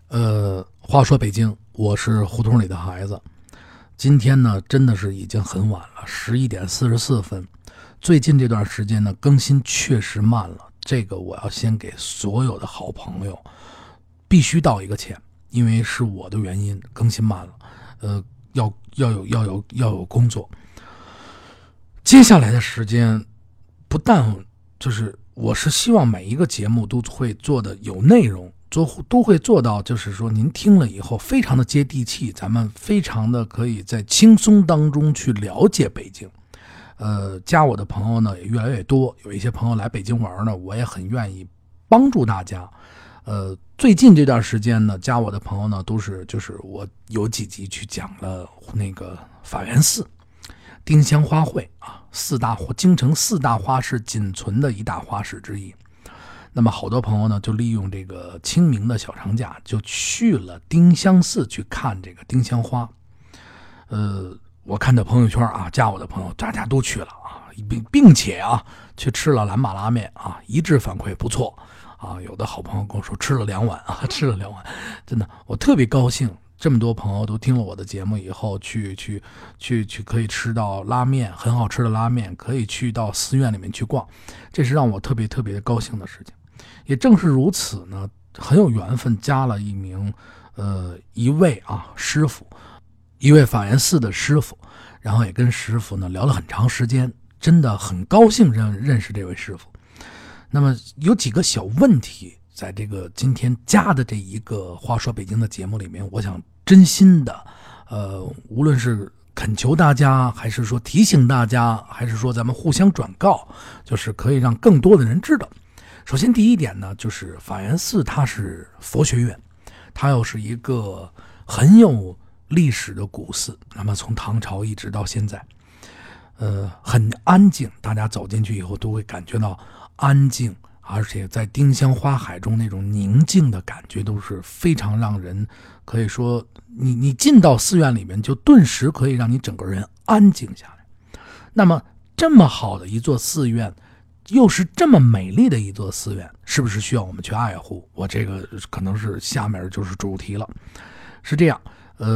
话说北京，我是胡同里的孩子。今天呢，真的是已经很晚了，11:44。最近这段时间呢，更新确实慢了。这个我要先给所有的好朋友必须道一个歉，因为是我的原因更新慢了。要有工作。接下来的时间，不但就是我是希望每一个节目都会做的有内容。都会做到，就是说您听了以后非常的接地气，咱们非常的可以在轻松当中去了解北京。加我的朋友呢也越来越多，有一些朋友来北京玩呢，我也很愿意帮助大家。最近这段时间呢，加我的朋友呢就是我有几集去讲了那个法源寺、丁香花卉啊，京城4大花市仅存的一大花市之一。那么好多朋友呢，就利用这个清明的小长假，就去了丁香寺去看这个丁香花。我看到朋友圈啊，加我的朋友大家都去了啊，并且啊去吃了蓝马拉面啊，一致反馈不错啊。有的好朋友跟我说吃了2碗啊，吃了2碗，真的我特别高兴。这么多朋友都听了我的节目以后，去可以吃到拉面，很好吃的拉面，可以去到寺院里面去逛，这是让我特别特别高兴的事情。也正是如此呢，很有缘分加了一位师傅，一位法源寺的师傅，然后也跟师傅呢聊了很长时间，真的很高兴认识这位师傅。那么有几个小问题，在这个今天加的这一个话说北京的节目里面，我想真心的无论是恳求大家，还是说提醒大家，还是说咱们互相转告，就是可以让更多的人知道。首先第一点呢，就是法源寺它是佛学院，它又是一个很有历史的古寺，那么从唐朝一直到现在，很安静，大家走进去以后都会感觉到安静，而且在丁香花海中那种宁静的感觉都是非常让人可以说你进到寺院里面就顿时可以让你整个人安静下来。那么这么好的一座寺院，又是这么美丽的一座寺院，是不是需要我们去爱护？我这个可能是下面就是主题了。是这样，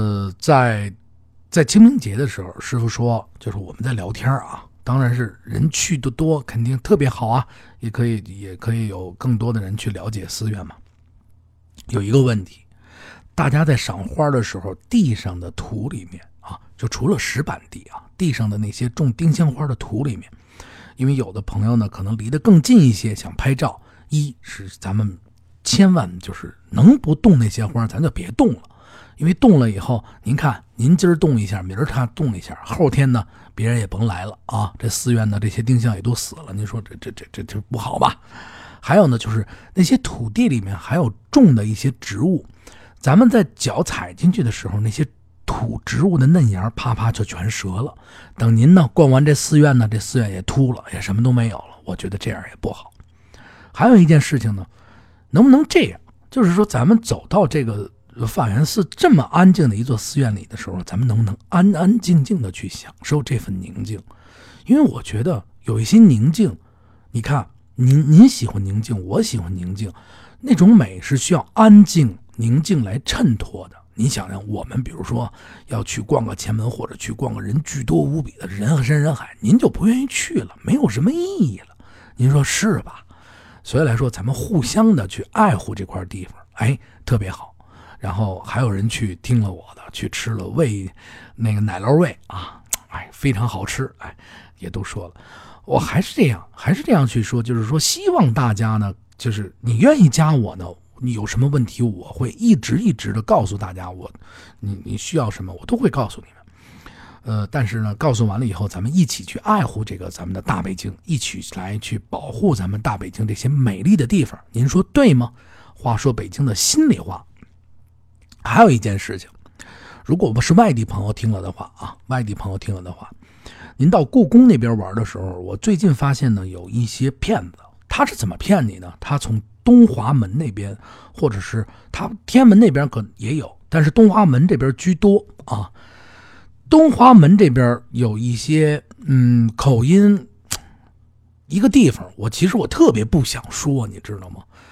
在清明节的时候，师傅说就是我们在聊天啊，当然是人去的多肯定特别好啊，也可以有更多的人去了解寺院嘛。有一个问题，大家在赏花的时候，地上的土里面啊，就除了石板地啊，地上的那些种丁香花的土里面，因为有的朋友呢可能离得更近一些想拍照，一是咱们千万就是能不动那些花咱就别动了，因为动了以后，您看您今儿动一下，明儿他动一下，后天呢别人也甭来了啊，这寺院的这些丁香也都死了，您说这不好吧？还有呢，就是那些土地里面还有种的一些植物，咱们在脚踩进去的时候，那些土植物的嫩芽啪啪就全折了。等您呢逛完这寺院呢，这寺院也秃了，也什么都没有了。我觉得这样也不好。还有一件事情呢，能不能这样？就是说咱们走到这个法源寺这么安静的一座寺院里的时候，咱们能不能安安静静的去享受这份宁静？因为我觉得有一些宁静，你看您喜欢宁静，我喜欢宁静，那种美是需要安静宁静来衬托的。你想让我们比如说要去逛个前门，或者去逛个人巨多无比的人山人海，您就不愿意去了，没有什么意义了，您说是吧？所以来说咱们互相的去爱护这块地方，特别好。然后还有人去听了我的，去吃了那个奶酪味啊，非常好吃，也都说了。我还是这样去说，就是说希望大家呢，就是你愿意加我呢，你有什么问题我会一直的告诉大家，你需要什么我都会告诉你们。但是呢告诉完了以后，咱们一起去爱护这个咱们的大北京，一起来去保护咱们大北京这些美丽的地方，您说对吗？话说北京的心里话。还有一件事情，如果不是外地朋友听了的话，您到故宫那边玩的时候，我最近发现呢有一些骗子，他是怎么骗你呢？他从东华门那边，或者是他天安门那边可能也有，但是东华门这边居多啊。东华门这边有一些口音，一个地方其实我特别不想说，你知道吗？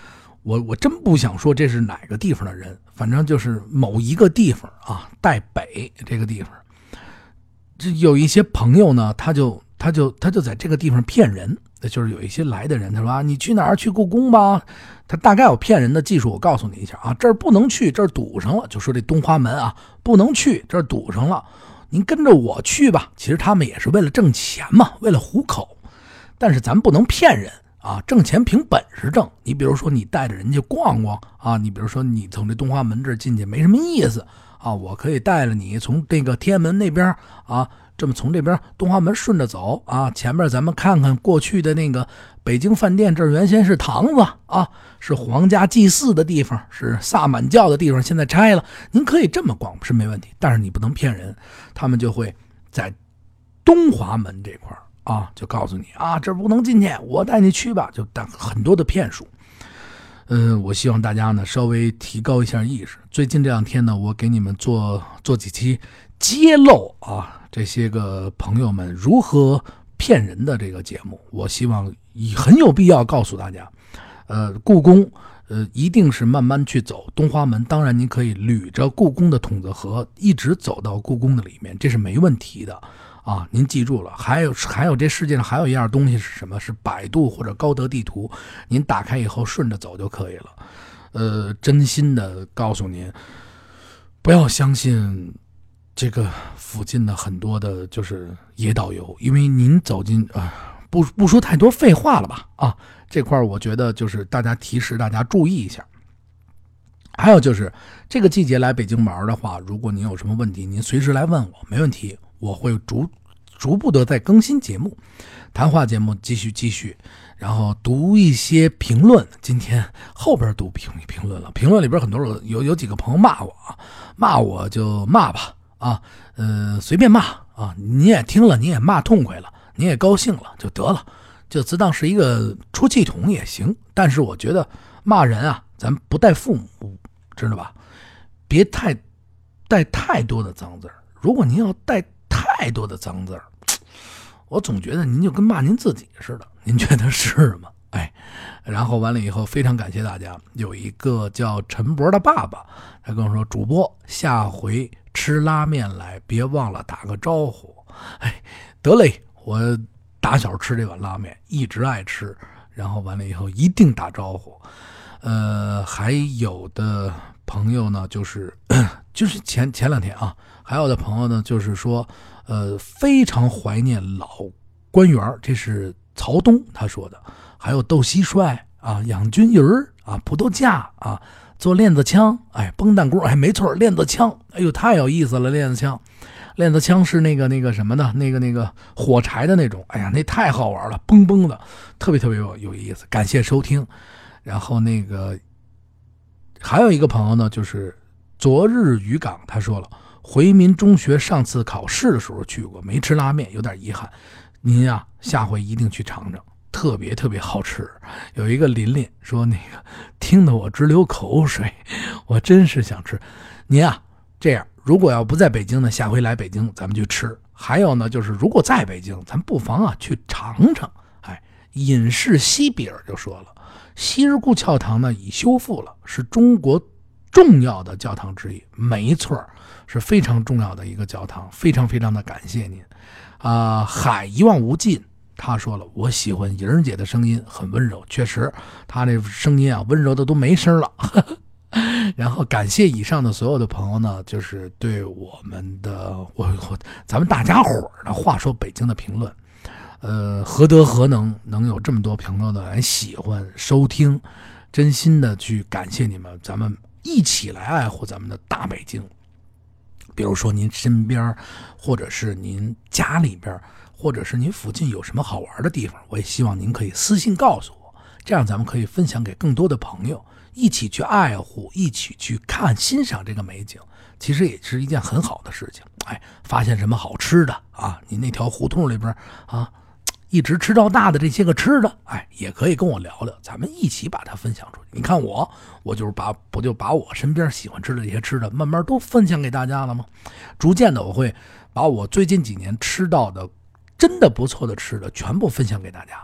我真不想说这是哪个地方的人，反正就是某一个地方啊，代北这个地方，这有一些朋友呢，他就在这个地方骗人，就是有一些来的人，他说啊，你去哪儿？去故宫吧。他大概有骗人的技术，我告诉你一下啊，这儿不能去，这儿堵上了。就说这东华门啊，不能去，这儿堵上了。您跟着我去吧。其实他们也是为了挣钱嘛，为了糊口。但是咱不能骗人啊，挣钱凭本事挣。你比如说你带着人家逛逛啊，你比如说你从这东华门这儿进去没什么意思啊，我可以带着你从这个天安门那边啊，这么从这边东华门顺着走啊，前面咱们看看过去的那个北京饭店，这儿原先是堂子啊，是皇家祭祀的地方，是萨满教的地方，现在拆了。您可以这么逛是没问题，但是你不能骗人。他们就会在东华门这块啊，就告诉你啊，这不能进去，我带你去吧，就很多的骗术。我希望大家呢稍微提高一下意识。最近这2天呢，我给你们做几期揭露啊这些个朋友们如何骗人的这个节目，我希望很有必要告诉大家，故宫一定是慢慢去走，东华门当然您可以捋着故宫的筒子河一直走到故宫的里面，这是没问题的啊。您记住了，还有这世界上还有一样东西是什么？是百度或者高德地图，您打开以后顺着走就可以了。真心的告诉您，不要相信这个附近的很多的就是野导游，因为您走进不说太多废话了吧啊，这块我觉得就是大家提示大家注意一下。还有就是这个季节来北京玩的话，如果您有什么问题，您随时来问我，没问题，我会逐步的在更新节目，谈话节目继续，然后读一些评论。今天后边读评论了，评论里边很多人有几个朋友骂我就骂吧啊，随便骂啊，你也听了，你也骂痛快了，你也高兴了就得了，就自当是一个出气筒也行。但是我觉得骂人啊，咱不带父母，知道吧？别带太多的脏字。如果您要带太多的脏字，我总觉得您就跟骂您自己似的，您觉得是吗？然后完了以后，非常感谢大家。有一个叫陈博的爸爸，他跟我说，主播下回吃拉面来，别忘了打个招呼。得嘞，我打小吃这碗拉面，一直爱吃，然后完了以后一定打招呼。还有的朋友呢，就是前2天啊，还有的朋友呢，就是说，非常怀念老官员，这是曹东他说的。还有斗蟋蟀啊，养军鱼啊，葡萄架啊，做链子枪，崩弹锅，没错，链子枪，太有意思了，链子枪是那个什么的，那个火柴的那种，那太好玩了，嘣嘣的，特别有意思。感谢收听。然后还有一个朋友呢，就是昨日渔港，他说了，回民中学上次考试的时候去过，没吃拉面，有点遗憾。您啊，下回一定去尝尝，特别好吃。有一个琳说，听得我直流口水，我真是想吃。您啊，这样，如果要不在北京呢，下回来北京咱们去吃。还有呢，就是如果在北京，咱不妨啊去尝尝。隐士西比尔就说了，希尔库教堂呢已修复了，是中国重要的教堂之一。没错，是非常重要的一个教堂，非常的感谢您。海一望无尽，他说了，我喜欢莹儿姐的声音，很温柔。确实，他那声音啊，温柔的都没声了。然后感谢以上的所有的朋友呢，就是对我们的咱们大家伙的话说北京的评论。何德何能有这么多朋友的来喜欢收听，真心的去感谢你们，咱们一起来爱护咱们的大北京。比如说您身边，或者是您家里边，或者是您附近有什么好玩的地方，我也希望您可以私信告诉我，这样咱们可以分享给更多的朋友，一起去爱护，一起去看欣赏这个美景，其实也是一件很好的事情。发现什么好吃的啊，你那条胡同里边啊，一直吃到大的这些个吃的，也可以跟我聊聊，咱们一起把它分享出去。你看我就是不就把我身边喜欢吃的这些吃的慢慢都分享给大家了吗？逐渐的我会把我最近几年吃到的真的不错的吃的全部分享给大家。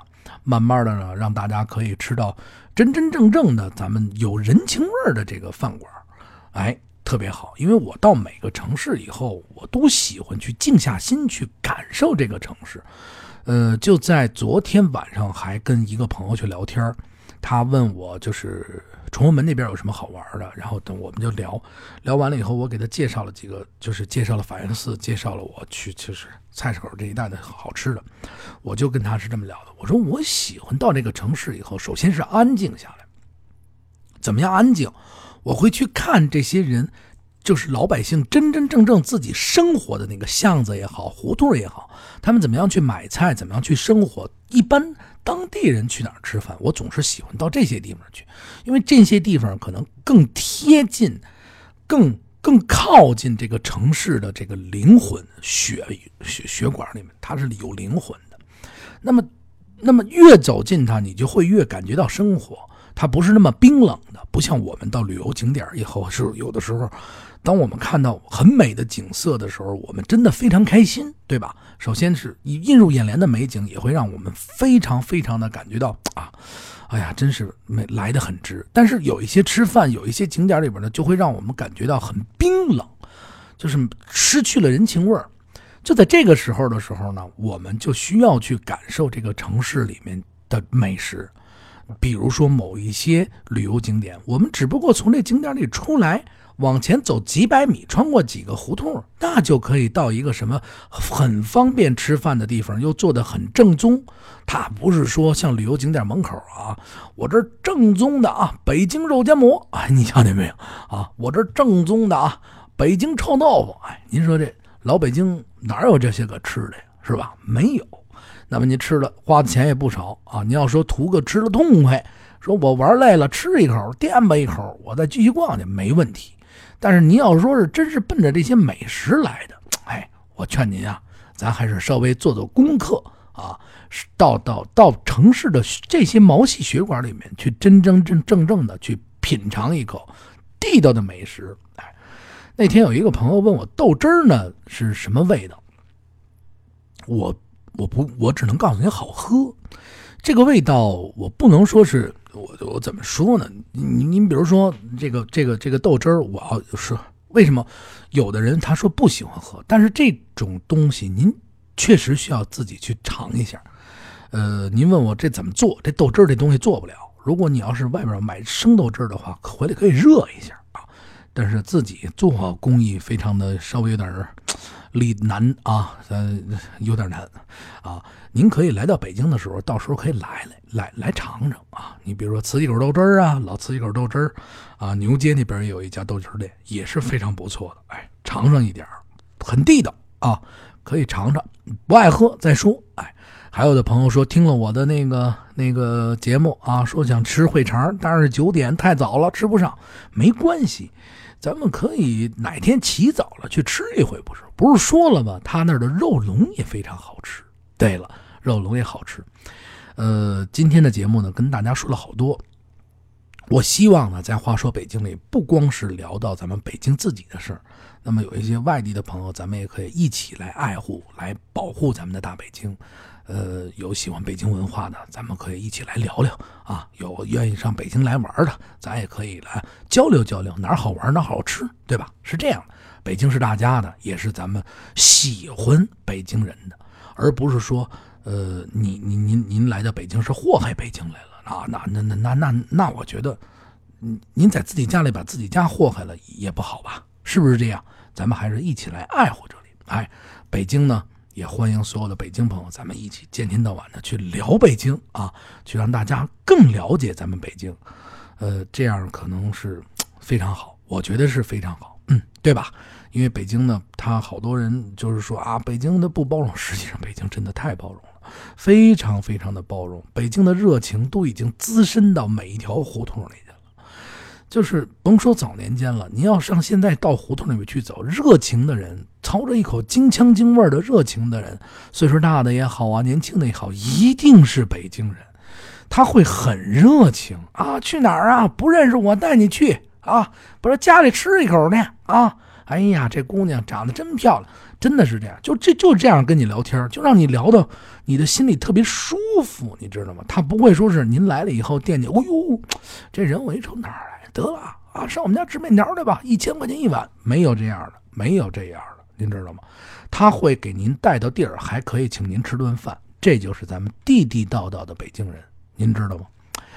慢慢的呢，让大家可以吃到真真正正的咱们有人情味的这个饭馆，哎，特别好。因为我到每个城市以后，我都喜欢去静下心去感受这个城市。就在昨天晚上还跟一个朋友去聊天，他问我就是崇文门那边有什么好玩的，然后等我们就聊完了以后，我给他介绍了几个，就是介绍了法源寺，介绍了我去就是菜市口这一带的好吃的。我就跟他是这么聊的，我说我喜欢到这个城市以后，首先是安静下来。怎么样安静？我会去看这些人，就是老百姓真真正正自己生活的那个巷子也好，胡同也好，他们怎么样去买菜，怎么样去生活。一般当地人去哪儿吃饭，我总是喜欢到这些地方去，因为这些地方可能更贴近，更靠近这个城市的这个灵魂血管里面，它是有灵魂的。那么越走近它，你就会越感觉到生活。它不是那么冰冷的，不像我们到旅游景点以后，是有的时候当我们看到很美的景色的时候，我们真的非常开心，对吧？首先是映入眼帘的美景，也会让我们非常非常的感觉到哎呀，真是来得很值。但是有一些吃饭，有一些景点里边呢，就会让我们感觉到很冰冷，就是失去了人情味儿。就在这个时候呢，我们就需要去感受这个城市里面的美食。比如说某一些旅游景点，我们只不过从这景点里出来，往前走几百米，穿过几个胡同，那就可以到一个什么很方便吃饭的地方，又做得很正宗。它不是说像旅游景点门口我这正宗的北京肉夹馍，你瞧见没有我这正宗的北京臭豆腐，您说这老北京哪有这些个吃的呀，是吧？没有。那么您吃了花的钱也不少您要说图个吃了痛快，说我玩累了吃一口垫吧一口，我再继续逛去，没问题。但是您要说是真是奔着这些美食来的，我劝您咱还是稍微做做功课到城市的这些毛细血管里面去真正的去品尝一口地道的美食。那天有一个朋友问我豆汁儿呢是什么味道，我只能告诉你好喝。这个味道我不能说是我怎么说呢？您比如说这个豆汁儿，我要是为什么有的人他说不喜欢喝，但是这种东西您确实需要自己去尝一下。您问我这怎么做？这豆汁儿这东西做不了。如果你要是外边买生豆汁儿的话，回来可以热一下但是自己做工艺非常的稍微有点难有点难您可以来到北京的时候，到时候可以来尝尝你比如说慈济口豆汁儿老慈济口豆汁儿牛街那边也有一家豆汁儿店，也是非常不错的。尝上一点很地道可以尝尝。不爱喝再说。还有的朋友说听了我的那个节目说想吃烩肠，但是9点太早了吃不上，没关系。咱们可以哪天起早了去吃一回，不是说了吗？他那儿的肉龙也非常好吃。对了，肉龙也好吃。今天的节目呢，跟大家说了好多。我希望呢，在话说北京里，不光是聊到咱们北京自己的事儿，那么有一些外地的朋友，咱们也可以一起来爱护、来保护咱们的大北京。有喜欢北京文化的，咱们可以一起来聊聊有愿意上北京来玩的，咱也可以来交流交流，哪儿好玩哪儿好吃，对吧？是这样的，北京是大家的，也是咱们喜欢北京人的，而不是说您来到北京是祸害北京来了那我觉得您在自己家里把自己家祸害了也不好吧？是不是这样？咱们还是一起来爱护这里。北京呢，也欢迎所有的北京朋友，咱们一起见天到晚的去聊北京去让大家更了解咱们北京。这样可能是非常好，我觉得是非常好，对吧？因为北京呢，他好多人就是说北京的不包容，实际上北京真的太包容了，非常非常的包容。北京的热情都已经滋深到每一条胡同里去了。就是甭说早年间了，您要上现在到胡同里面去走，热情的人，操着一口京腔京味的热情的人，岁数大的也好年轻的也好，一定是北京人。他会很热情去哪儿不认识我带你去不是家里吃一口呢哎呀，这姑娘长得真漂亮，真的是这样，就这样跟你聊天，就让你聊到你的心里特别舒服，你知道吗？他不会说是您来了以后惦记，哎呦，这人我一瞅哪儿来，得了啊，上我们家吃面条去吧，1000块钱一碗，没有这样的，没有这样的，您知道吗？他会给您带到地儿，还可以请您吃顿饭，这就是咱们地地道道的北京人，您知道吗？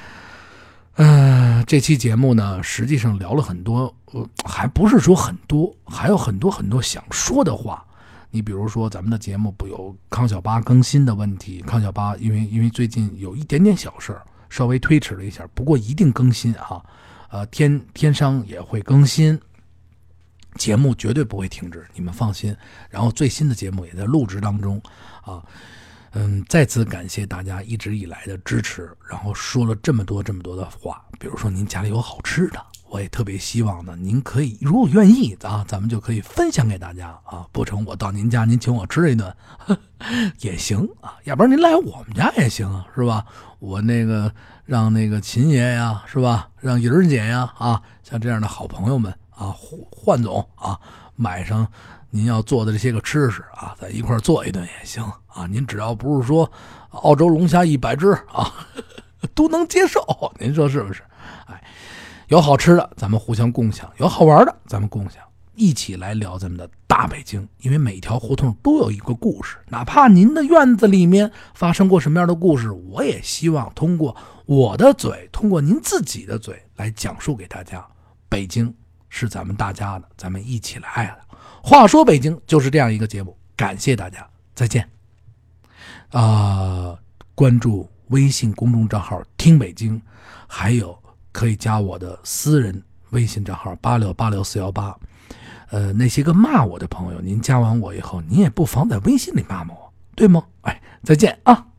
这期节目呢，实际上聊了很多，还不是说很多，还有很多想说的话。你比如说咱们的节目不有康小八更新的问题，康小八因为最近有一点点小事稍微推迟了一下，不过一定更新啊。天商也会更新，节目绝对不会停止，你们放心。然后最新的节目也在录制当中啊。再次感谢大家一直以来的支持，然后说了这么多的话，比如说您家里有好吃的，我也特别希望呢，您可以如果愿意啊，咱们就可以分享给大家啊，不成我到您家您请我吃一顿也行啊，要不然您来我们家也行啊，是吧？我让那个秦爷呀，是吧？让莹儿姐呀啊，像这样的好朋友们啊，焕总啊，买上您要做的这些个吃食啊，在一块做一顿也行啊。您只要不是说澳洲龙虾100只啊，都能接受。您说是不是？哎，有好吃的咱们互相共享，有好玩的咱们共享，一起来聊咱们的大北京。因为每条胡同都有一个故事，哪怕您的院子里面发生过什么样的故事，我也希望通过我的嘴，通过您自己的嘴来讲述给大家。北京是咱们大家的，咱们一起来爱的。话说北京就是这样一个节目，感谢大家，再见。关注微信公众账号听北京，还有可以加我的私人微信账号86864418。那些个骂我的朋友，您加完我以后，您也不妨在微信里骂骂我，对吗？哎，再见啊。